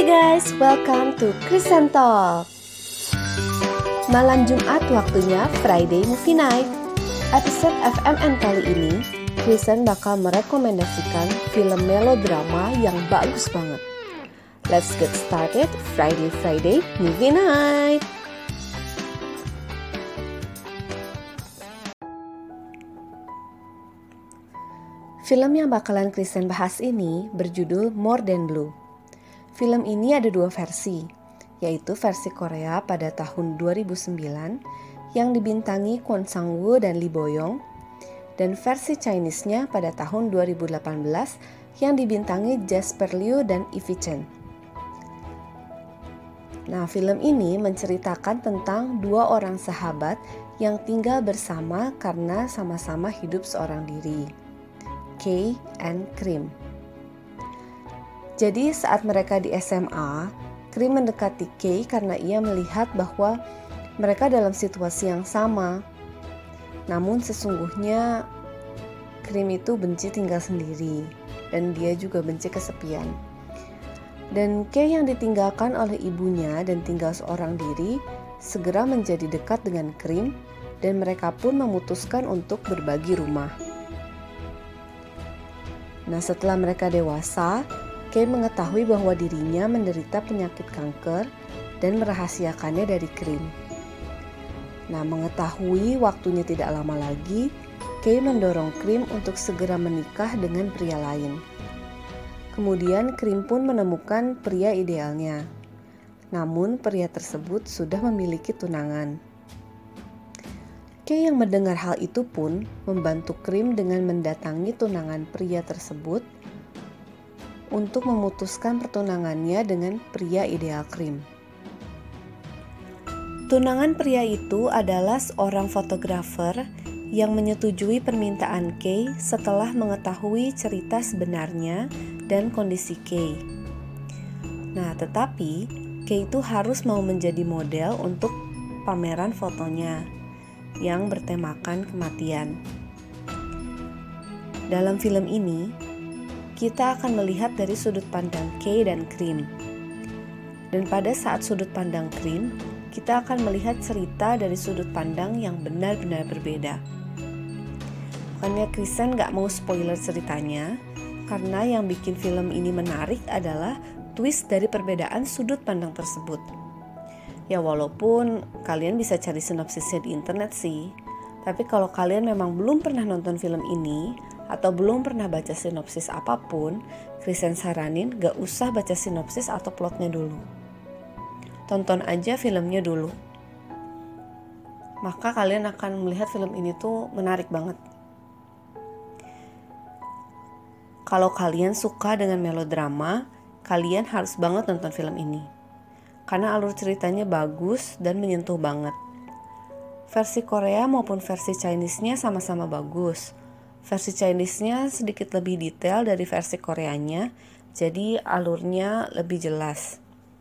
guys, welcome to Kristen Talk. Malam Jumat waktunya Friday Movie Night. Episode FMN kali ini, Kristen bakal merekomendasikan film melodrama yang bagus banget. Let's get started, Friday Movie Night. Film yang bakalan Kristen bahas ini berjudul More Than Blue. Film ini ada dua versi, yaitu versi Korea pada tahun 2009 yang dibintangi Kwon Sang-woo dan Lee Bo-young, dan versi Chinese-nya pada tahun 2018 yang dibintangi Jasper Liu dan Ivy Chen. Nah, film ini menceritakan tentang dua orang sahabat yang tinggal bersama karena sama-sama hidup seorang diri, Kay and Krim. Jadi saat mereka di SMA, Krim mendekati Kay karena ia melihat bahwa mereka dalam situasi yang sama. Namun sesungguhnya Krim itu benci tinggal sendiri dan dia juga benci kesepian. Dan Kay yang ditinggalkan oleh ibunya dan tinggal seorang diri segera menjadi dekat dengan Krim dan mereka pun memutuskan untuk berbagi rumah. Nah, setelah mereka dewasa, Kay mengetahui bahwa dirinya menderita penyakit kanker dan merahasiakannya dari Krim. Nah, mengetahui waktunya tidak lama lagi, Kay mendorong Krim untuk segera menikah dengan pria lain. Kemudian Krim pun menemukan pria idealnya. Namun pria tersebut sudah memiliki tunangan. Kay yang mendengar hal itu pun membantu Krim dengan mendatangi tunangan pria tersebut untuk memutuskan pertunangannya dengan pria ideal Krim. Tunangan pria itu adalah seorang fotografer yang menyetujui permintaan Kay setelah mengetahui cerita sebenarnya dan kondisi Kay. Nah, tetapi Kay itu harus mau menjadi model untuk pameran fotonya yang bertemakan kematian. Dalam film ini, kita akan melihat dari sudut pandang Kay dan Krim. Dan pada saat sudut pandang Krim, kita akan melihat cerita dari sudut pandang yang benar-benar berbeda. Bukannya Kristen gak mau spoiler ceritanya, karena yang bikin film ini menarik adalah twist dari perbedaan sudut pandang tersebut. Ya walaupun kalian bisa cari sinopsisnya di internet sih, tapi kalau kalian memang belum pernah nonton film ini, atau belum pernah baca sinopsis apapun, Kristen saranin gak usah baca sinopsis atau plotnya dulu. Tonton aja filmnya dulu. Maka kalian akan melihat film ini tuh menarik banget. Kalau kalian suka dengan melodrama, kalian harus banget nonton film ini. Karena alur ceritanya bagus dan menyentuh banget. Versi Korea maupun versi Chinese-nya sama-sama bagus. Versi Chinese-nya sedikit lebih detail dari versi Koreanya, jadi alurnya lebih jelas.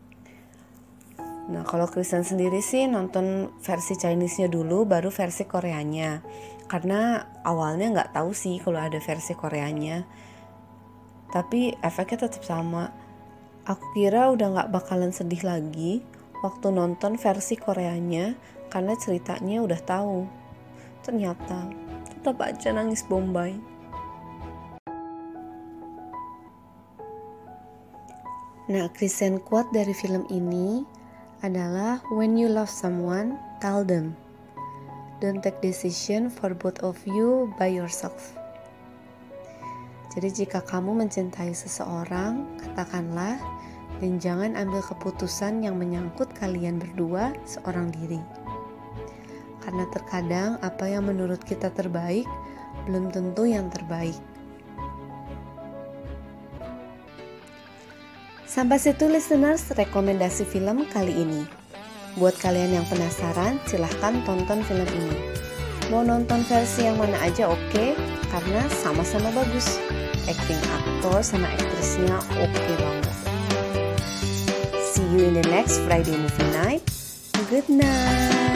Nah, kalau Kristen sendiri sih nonton versi Chinese-nya dulu, baru versi Koreanya. Karena awalnya nggak tahu sih kalau ada versi Koreanya. Tapi efeknya tetap sama. Aku kira udah nggak bakalan sedih lagi waktu nonton versi Koreanya, karena ceritanya udah tahu. Ternyata tetap aja nangis bombay. Nah, Kristen quote dari film ini adalah "When you love someone, tell them. Don't take decision for both of you by yourself." Jadi jika kamu mencintai seseorang, katakanlah, dan jangan ambil keputusan yang menyangkut kalian berdua seorang diri. Karena terkadang apa yang menurut kita terbaik belum tentu yang terbaik. Sampai situ listeners, rekomendasi film kali ini. Buat kalian yang penasaran, silahkan tonton film ini. Mau nonton versi yang mana aja oke, karena sama-sama bagus. Acting aktor sama aktrisnya oke banget. See you in the next Friday Movie Night. Good night.